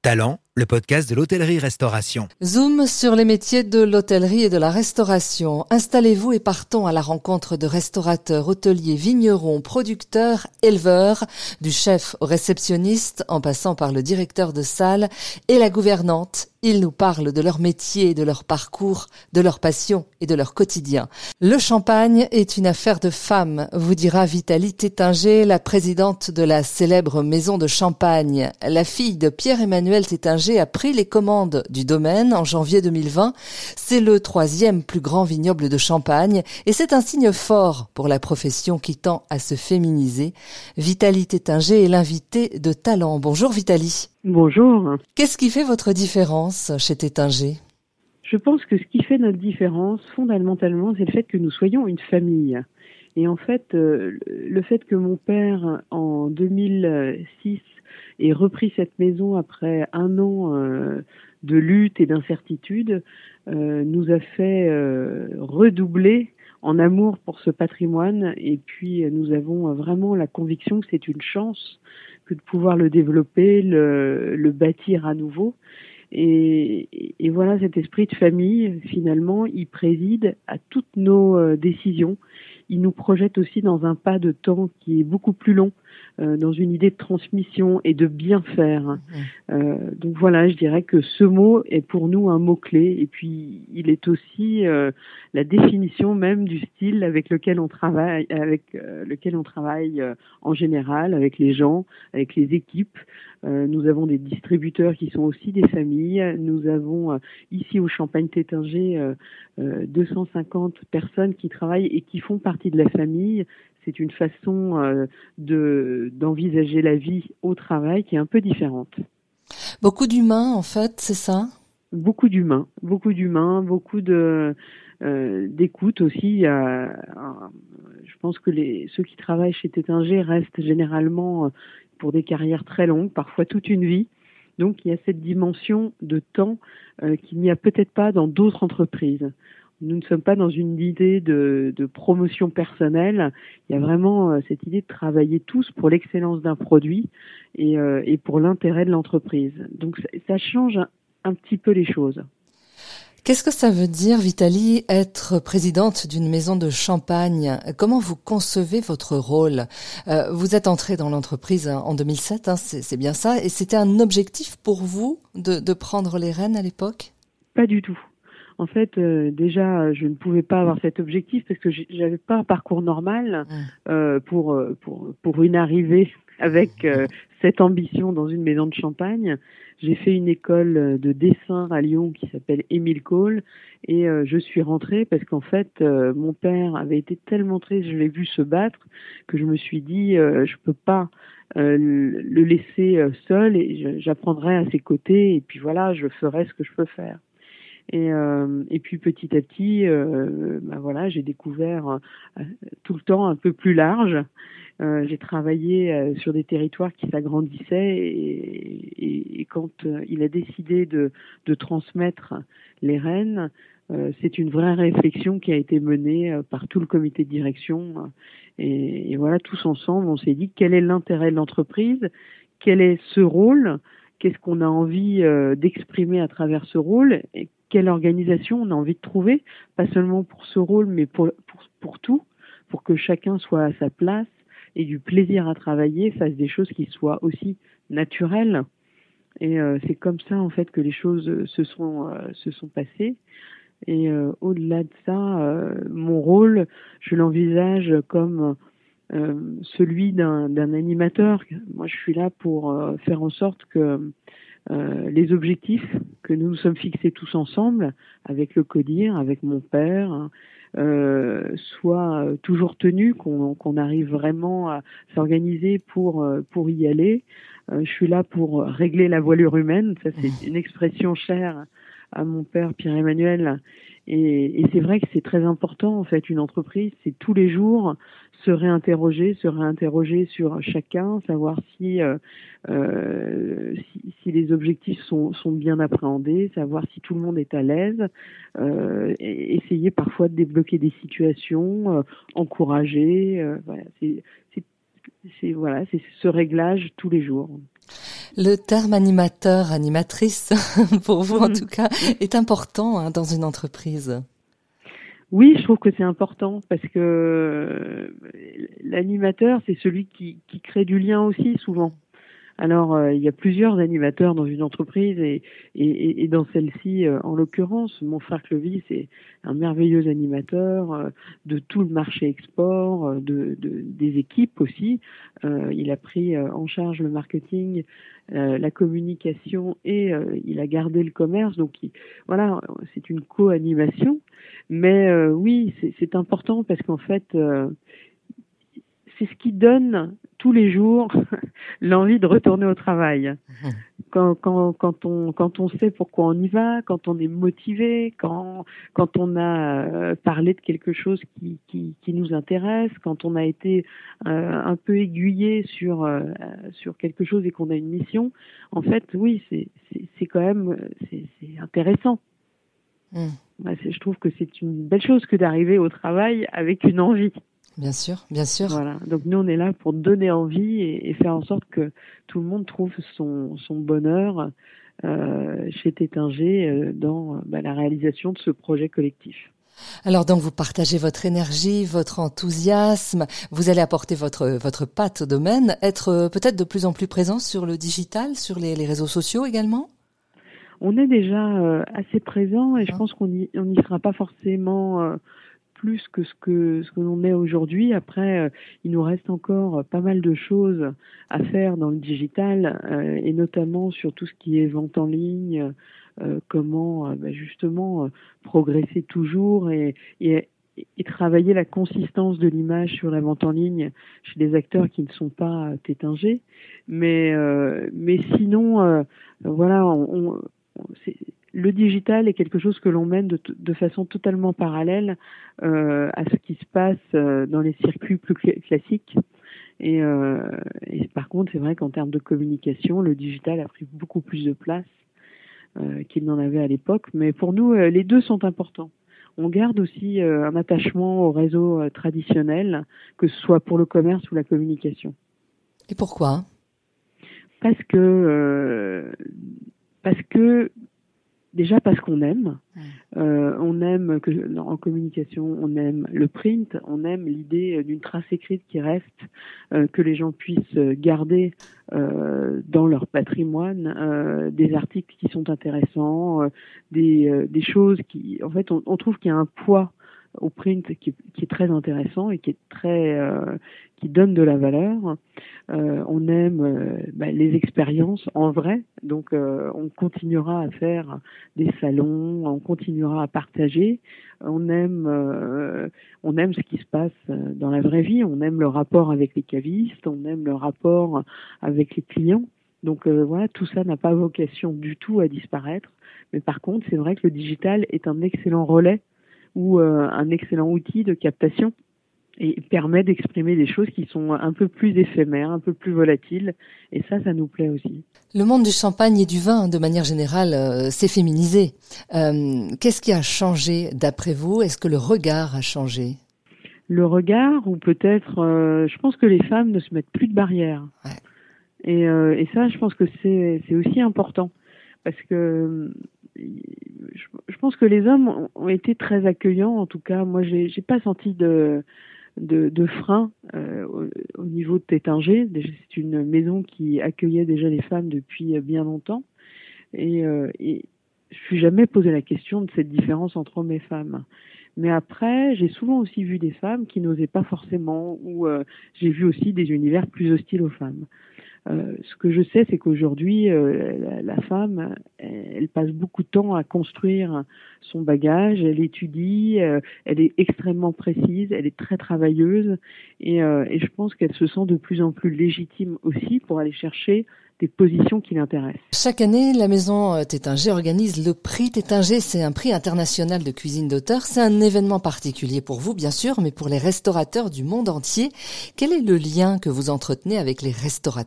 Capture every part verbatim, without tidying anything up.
Talent, le podcast de l'hôtellerie-restauration. Zoom sur les métiers de l'hôtellerie et de la restauration. Installez-vous et partons à la rencontre de restaurateurs, hôteliers, vignerons, producteurs, éleveurs, du chef au réceptionniste en passant par le directeur de salle et la gouvernante. Ils nous parlent de leur métier, de leur parcours, de leur passion et de leur quotidien. Le champagne est une affaire de femmes, vous dira Vitalie Tétinger, la présidente de la célèbre maison de champagne. La fille de Pierre-Emmanuel Tétinger a pris les commandes du domaine en janvier deux mille vingt. C'est le troisième plus grand vignoble de Champagne et c'est un signe fort pour la profession qui tend à se féminiser. Vitalie Tétinger est l'invitée de Talent. Bonjour Vitalie. Bonjour. Qu'est-ce qui fait votre différence chez Tétinger ? Je pense que ce qui fait notre différence, fondamentalement, c'est le fait que nous soyons une famille. Et en fait, euh, le fait que mon père, en deux mille six, ait repris cette maison après un an euh, de lutte et d'incertitude, euh, nous a fait euh, redoubler en amour pour ce patrimoine. Et puis, nous avons vraiment la conviction que c'est une chance que de pouvoir le développer, le, le bâtir à nouveau. Et, et voilà, cet esprit de famille, finalement, il préside à toutes nos euh, décisions. Il nous projette aussi dans un pas de temps qui est beaucoup plus long, euh, dans une idée de transmission et de bien faire. Mmh. Euh, donc voilà, je dirais que ce mot est pour nous un mot-clé. Et puis, il est aussi euh, la définition même du style avec lequel on travaille, avec euh, lequel on travaille euh, en général, avec les gens, avec les équipes. Euh, nous avons des distributeurs qui sont aussi des familles. Nous avons euh, ici au Champagne Tétinger euh, euh, deux cent cinquante personnes qui travaillent et qui font partie de la famille. C'est une façon euh, de d'envisager la vie au travail qui est un peu différente. Beaucoup d'humains, en fait, c'est ça ? Beaucoup d'humains, beaucoup d'humains, beaucoup de euh, d'écoute aussi. Euh, je pense que les ceux qui travaillent chez Tétinger restent généralement pour des carrières très longues, parfois toute une vie. Donc il y a cette dimension de temps euh, qu'il n'y a peut-être pas dans d'autres entreprises. Nous ne sommes pas dans une idée de, de promotion personnelle. Il y a vraiment euh, cette idée de travailler tous pour l'excellence d'un produit et, euh, et pour l'intérêt de l'entreprise. Donc ça, ça change un, un petit peu les choses. Qu'est-ce que ça veut dire, Vitalie, être présidente d'une maison de champagne ? Comment vous concevez votre rôle ? euh, Vous êtes entrée dans l'entreprise en deux mille sept, hein, c'est, c'est bien ça. Et c'était un objectif pour vous de, de prendre les rênes à l'époque ? Pas du tout. En fait, euh, déjà, je ne pouvais pas avoir cet objectif parce que j'avais pas un parcours normal euh, pour pour pour une arrivée avec euh, cette ambition dans une maison de champagne. J'ai fait une école de dessin à Lyon qui s'appelle Émile Cole et euh, je suis rentrée parce qu'en fait, euh, mon père avait été tellement triste, je l'ai vu se battre, que je me suis dit, euh, je peux pas euh, le laisser euh, seul et je, j'apprendrai à ses côtés et puis voilà, je ferai ce que je peux faire. Et, euh, et puis petit à petit, euh, ben voilà, j'ai découvert euh, tout le temps un peu plus large. Euh, j'ai travaillé euh, sur des territoires qui s'agrandissaient et, et, et quand euh, il a décidé de, de transmettre les rênes, euh, c'est une vraie réflexion qui a été menée euh, par tout le comité de direction. Et, et voilà, tous ensemble, on s'est dit quel est l'intérêt de l'entreprise, quel est ce rôle, qu'est-ce qu'on a envie euh, d'exprimer à travers ce rôle et quelle organisation on a envie de trouver, pas seulement pour ce rôle, mais pour, pour, pour tout, pour que chacun soit à sa place, ait du plaisir à travailler, fasse des choses qui soient aussi naturelles. Et euh, c'est comme ça, en fait, que les choses se sont, euh, se sont passées. Et euh, au-delà de ça, euh, mon rôle, je l'envisage comme euh, celui d'un, d'un animateur. Moi, je suis là pour euh, faire en sorte que Euh, les objectifs que nous nous sommes fixés tous ensemble, avec le CODIR, avec mon père, euh, soient toujours tenus, qu'on, qu'on arrive vraiment à s'organiser pour, pour y aller. Euh, je suis là pour régler la voilure humaine, ça c'est une expression chère à mon père Pierre-Emmanuel. Et, et c'est vrai que c'est très important, en fait, une entreprise, c'est tous les jours se réinterroger, se réinterroger sur chacun, savoir si, euh, euh, si, si les objectifs sont, sont bien appréhendés, savoir si tout le monde est à l'aise, euh, et essayer parfois de débloquer des situations, euh, encourager, euh, voilà, c'est, c'est, c'est, voilà, c'est ce réglage tous les jours. Le terme animateur, animatrice, pour vous en tout cas, est important hein, dans une entreprise. Oui, je trouve que c'est important parce que l'animateur, c'est celui qui, qui crée du lien aussi souvent. Alors, euh, il y a plusieurs animateurs dans une entreprise et, et, et dans celle-ci, euh, en l'occurrence, mon frère Clovis est un merveilleux animateur euh, de tout le marché export, euh, de, de, des équipes aussi. Euh, il a pris euh, en charge le marketing, euh, la communication et euh, il a gardé le commerce. Donc, il, voilà, c'est une co-animation. Mais euh, oui, c'est, c'est important parce qu'en fait, euh, c'est ce qui donne tous les jours l'envie de retourner au travail. Quand, quand, quand on, quand on sait pourquoi on y va, quand on est motivé, quand, quand on a euh, parlé de quelque chose qui, qui, qui nous intéresse, quand on a été euh, un peu aiguillé sur, euh, sur quelque chose et qu'on a une mission, en fait, oui, c'est, c'est, c'est quand même, c'est, c'est intéressant. Mmh. Ouais, c'est, je trouve que c'est une belle chose que d'arriver au travail avec une envie. Bien sûr, bien sûr. Voilà. Donc nous, on est là pour donner envie et, et faire en sorte que tout le monde trouve son, son bonheur euh, chez Tétinger euh, dans bah, la réalisation de ce projet collectif. Alors donc vous partagez votre énergie, votre enthousiasme, vous allez apporter votre votre patte au domaine, être euh, peut-être de plus en plus présent sur le digital, sur les, les réseaux sociaux également. On est déjà euh, assez présent et je pense qu'on y on n'y sera pas forcément euh, plus que ce que ce que l'on est aujourd'hui. Après, euh, il nous reste encore pas mal de choses à faire dans le digital euh, et notamment sur tout ce qui est vente en ligne, euh, comment euh, bah, justement euh, progresser toujours et, et et travailler la consistance de l'image sur la vente en ligne chez des acteurs qui ne sont pas euh, Tétinger. Mais euh, mais sinon, euh, voilà, on, on c'est le digital est quelque chose que l'on mène de, de façon totalement parallèle euh, à ce qui se passe euh, dans les circuits plus cl- classiques. Et, euh, et par contre, c'est vrai qu'en termes de communication, le digital a pris beaucoup plus de place euh, qu'il n'en avait à l'époque. Mais pour nous, euh, les deux sont importants. On garde aussi euh, un attachement au réseau euh, traditionnel, que ce soit pour le commerce ou la communication. Et pourquoi ? Parce que euh, parce que Déjà parce qu'on aime, euh, on aime que en communication, on aime le print, on aime l'idée d'une trace écrite qui reste, euh, que les gens puissent garder euh, dans leur patrimoine, euh, des articles qui sont intéressants, euh, des, euh, des choses qui, en fait, on, on trouve qu'il y a un poids au print qui, qui est très intéressant et qui est très, euh, qui donne de la valeur. Euh, on aime euh, bah, les expériences en vrai, donc euh, on continuera à faire des salons, on continuera à partager. On aime, euh, on aime ce qui se passe dans la vraie vie. On aime le rapport avec les cavistes, on aime le rapport avec les clients. Donc euh, voilà, tout ça n'a pas vocation du tout à disparaître. Mais par contre, c'est vrai que le digital est un excellent relais ou euh, un excellent outil de captation et permet d'exprimer des choses qui sont un peu plus éphémères, un peu plus volatiles. Et ça, ça nous plaît aussi. Le monde du champagne et du vin, de manière générale, euh, s'est féminisé. Euh, qu'est-ce qui a changé d'après vous ? Est-ce que le regard a changé ? Le regard, ou peut-être, euh, je pense que les femmes ne se mettent plus de barrières. Ouais. Et, euh, et ça, je pense que c'est, c'est aussi important. Parce que je pense que les hommes ont été très accueillants. En tout cas, moi, j'ai, j'ai pas senti de, de, de frein euh, au, au niveau de Tétinger. C'est une maison qui accueillait déjà les femmes depuis bien longtemps. Et, euh, et je me suis jamais posé la question de cette différence entre hommes et femmes. Mais après, j'ai souvent aussi vu des femmes qui n'osaient pas forcément, ou euh, j'ai vu aussi des univers plus hostiles aux femmes. Euh, ce que je sais, c'est qu'aujourd'hui, euh, la, la femme, elle, elle passe beaucoup de temps à construire son bagage, elle étudie, euh, elle est extrêmement précise, elle est très travailleuse, et, euh, et je pense qu'elle se sent de plus en plus légitime aussi pour aller chercher des positions qui l'intéressent. Chaque année, la maison Tétinger organise le prix Tétinger. C'est un prix international de cuisine d'auteur. C'est un événement particulier pour vous, bien sûr, mais pour les restaurateurs du monde entier. Quel est le lien que vous entretenez avec les restaurateurs ?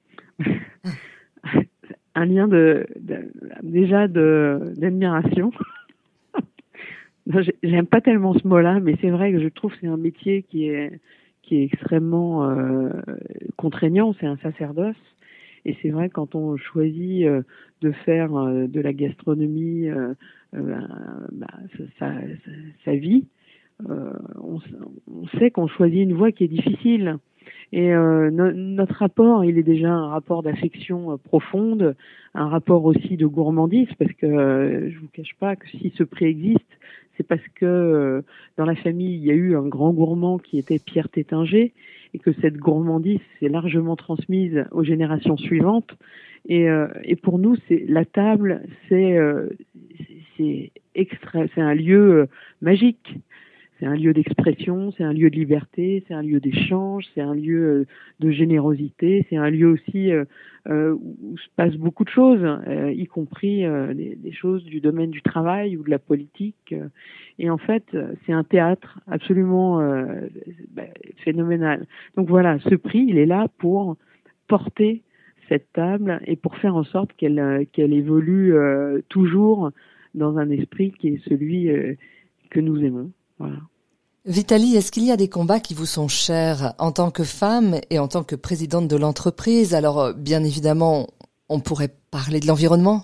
Un lien de, de déjà de d'admiration. Non, j'aime pas tellement ce mot-là, mais c'est vrai que je trouve que c'est un métier qui est qui est extrêmement euh, contraignant. C'est un sacerdoce. Et c'est vrai, quand on choisit euh, de faire euh, de la gastronomie euh, euh, bah, sa, sa, sa vie, euh, on, on sait qu'on choisit une voie qui est difficile. Et euh, no, notre rapport, il est déjà un rapport d'affection euh, profonde, un rapport aussi de gourmandise, parce que euh, je vous cache pas que si ce prix existe, c'est parce que euh, dans la famille, il y a eu un grand gourmand qui était Pierre Tétinger, et que cette gourmandise s'est largement transmise aux générations suivantes. Et, euh, et pour nous, c'est la table, c'est euh, c'est extra, c'est un lieu euh, magique. C'est un lieu d'expression, c'est un lieu de liberté, c'est un lieu d'échange, c'est un lieu de générosité, c'est un lieu aussi euh, euh, où se passe beaucoup de choses, euh, y compris euh, des, des choses du domaine du travail ou de la politique. Et en fait, c'est un théâtre absolument euh, bah, phénoménal. Donc voilà, ce prix, il est là pour porter cette table et pour faire en sorte qu'elle, qu'elle évolue euh, toujours dans un esprit qui est celui euh, que nous aimons. Voilà. Vitalie, est-ce qu'il y a des combats qui vous sont chers en tant que femme et en tant que présidente de l'entreprise? Alors, bien évidemment, on pourrait parler de l'environnement.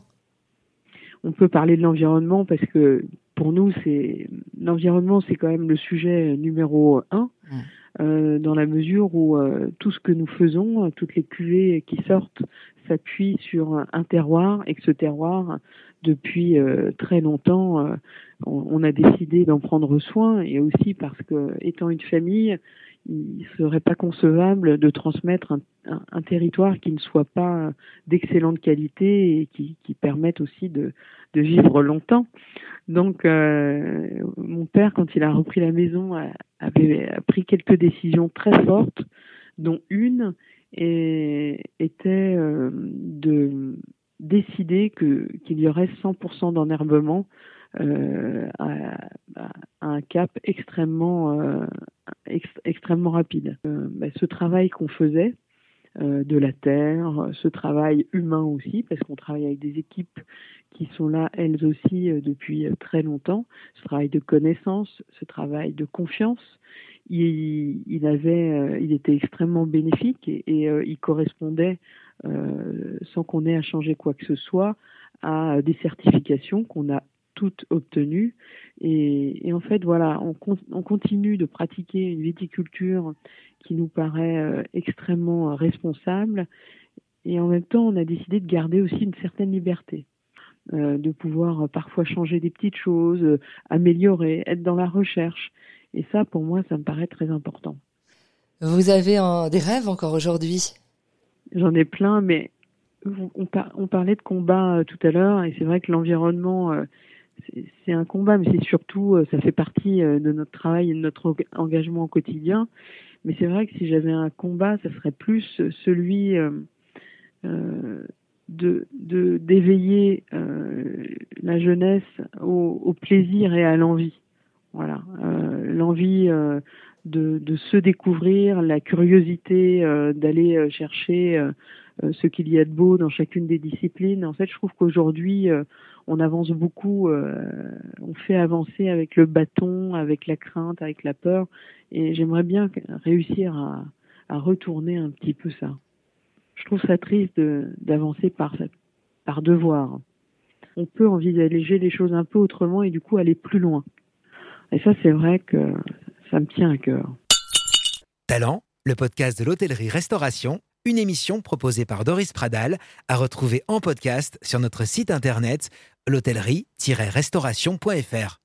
On peut parler de l'environnement parce que pour nous, c'est l'environnement, c'est quand même le sujet numéro un, mmh. euh, dans la mesure où euh, tout ce que nous faisons, toutes les cuvées qui sortent, s'appuient sur un terroir et que ce terroir, depuis euh, très longtemps, euh, on, on a décidé d'en prendre soin, et aussi parce que, étant une famille, il serait pas concevable de transmettre un, un, un territoire qui ne soit pas d'excellente qualité et qui, qui permette aussi de, de vivre longtemps. Donc, euh, mon père, quand il a repris la maison, a, avait a pris quelques décisions très fortes, dont une et, était euh, de décider que qu'il y aurait cent pour cent d'enherbement euh, à, à un cap extrêmement euh, ex, extrêmement rapide. Euh, bah, ce travail qu'on faisait euh, de la terre, ce travail humain aussi, parce qu'on travaille avec des équipes qui sont là elles aussi euh, depuis très longtemps, ce travail de connaissance, ce travail de confiance, il, il avait, euh, il était extrêmement bénéfique et, et euh, il correspondait, euh, sans qu'on ait à changer quoi que ce soit, à des certifications qu'on a toutes obtenues. Et, et en fait, voilà, on, on continue de pratiquer une viticulture qui nous paraît euh, extrêmement responsable. Et en même temps, on a décidé de garder aussi une certaine liberté, euh, de pouvoir parfois changer des petites choses, euh, améliorer, être dans la recherche. Et ça, pour moi, ça me paraît très important. Vous avez un, des rêves encore aujourd'hui? J'en ai plein, mais on, par, on parlait de combat euh, tout à l'heure, et c'est vrai que l'environnement, euh, c'est, c'est un combat, mais c'est surtout, euh, ça fait partie euh, de notre travail et de notre engagement au quotidien. Mais c'est vrai que si j'avais un combat, ça serait plus celui euh, euh, de, de d'éveiller euh, la jeunesse au, au plaisir et à l'envie. Voilà, euh, l'envie euh, de, de se découvrir, la curiosité euh, d'aller euh, chercher euh, euh, ce qu'il y a de beau dans chacune des disciplines. En fait, je trouve qu'aujourd'hui, euh, on avance beaucoup, euh, on fait avancer avec le bâton, avec la crainte, avec la peur, et j'aimerais bien réussir à, à retourner un petit peu ça. Je trouve ça triste de, d'avancer par, par devoir. On peut envisager les choses un peu autrement et du coup aller plus loin. Et ça, c'est vrai que ça me tient à cœur. Talent, le podcast de l'hôtellerie-restauration, une émission proposée par Doris Pradal, à retrouver en podcast sur notre site internet l'hôtellerie tiret restauration point f r.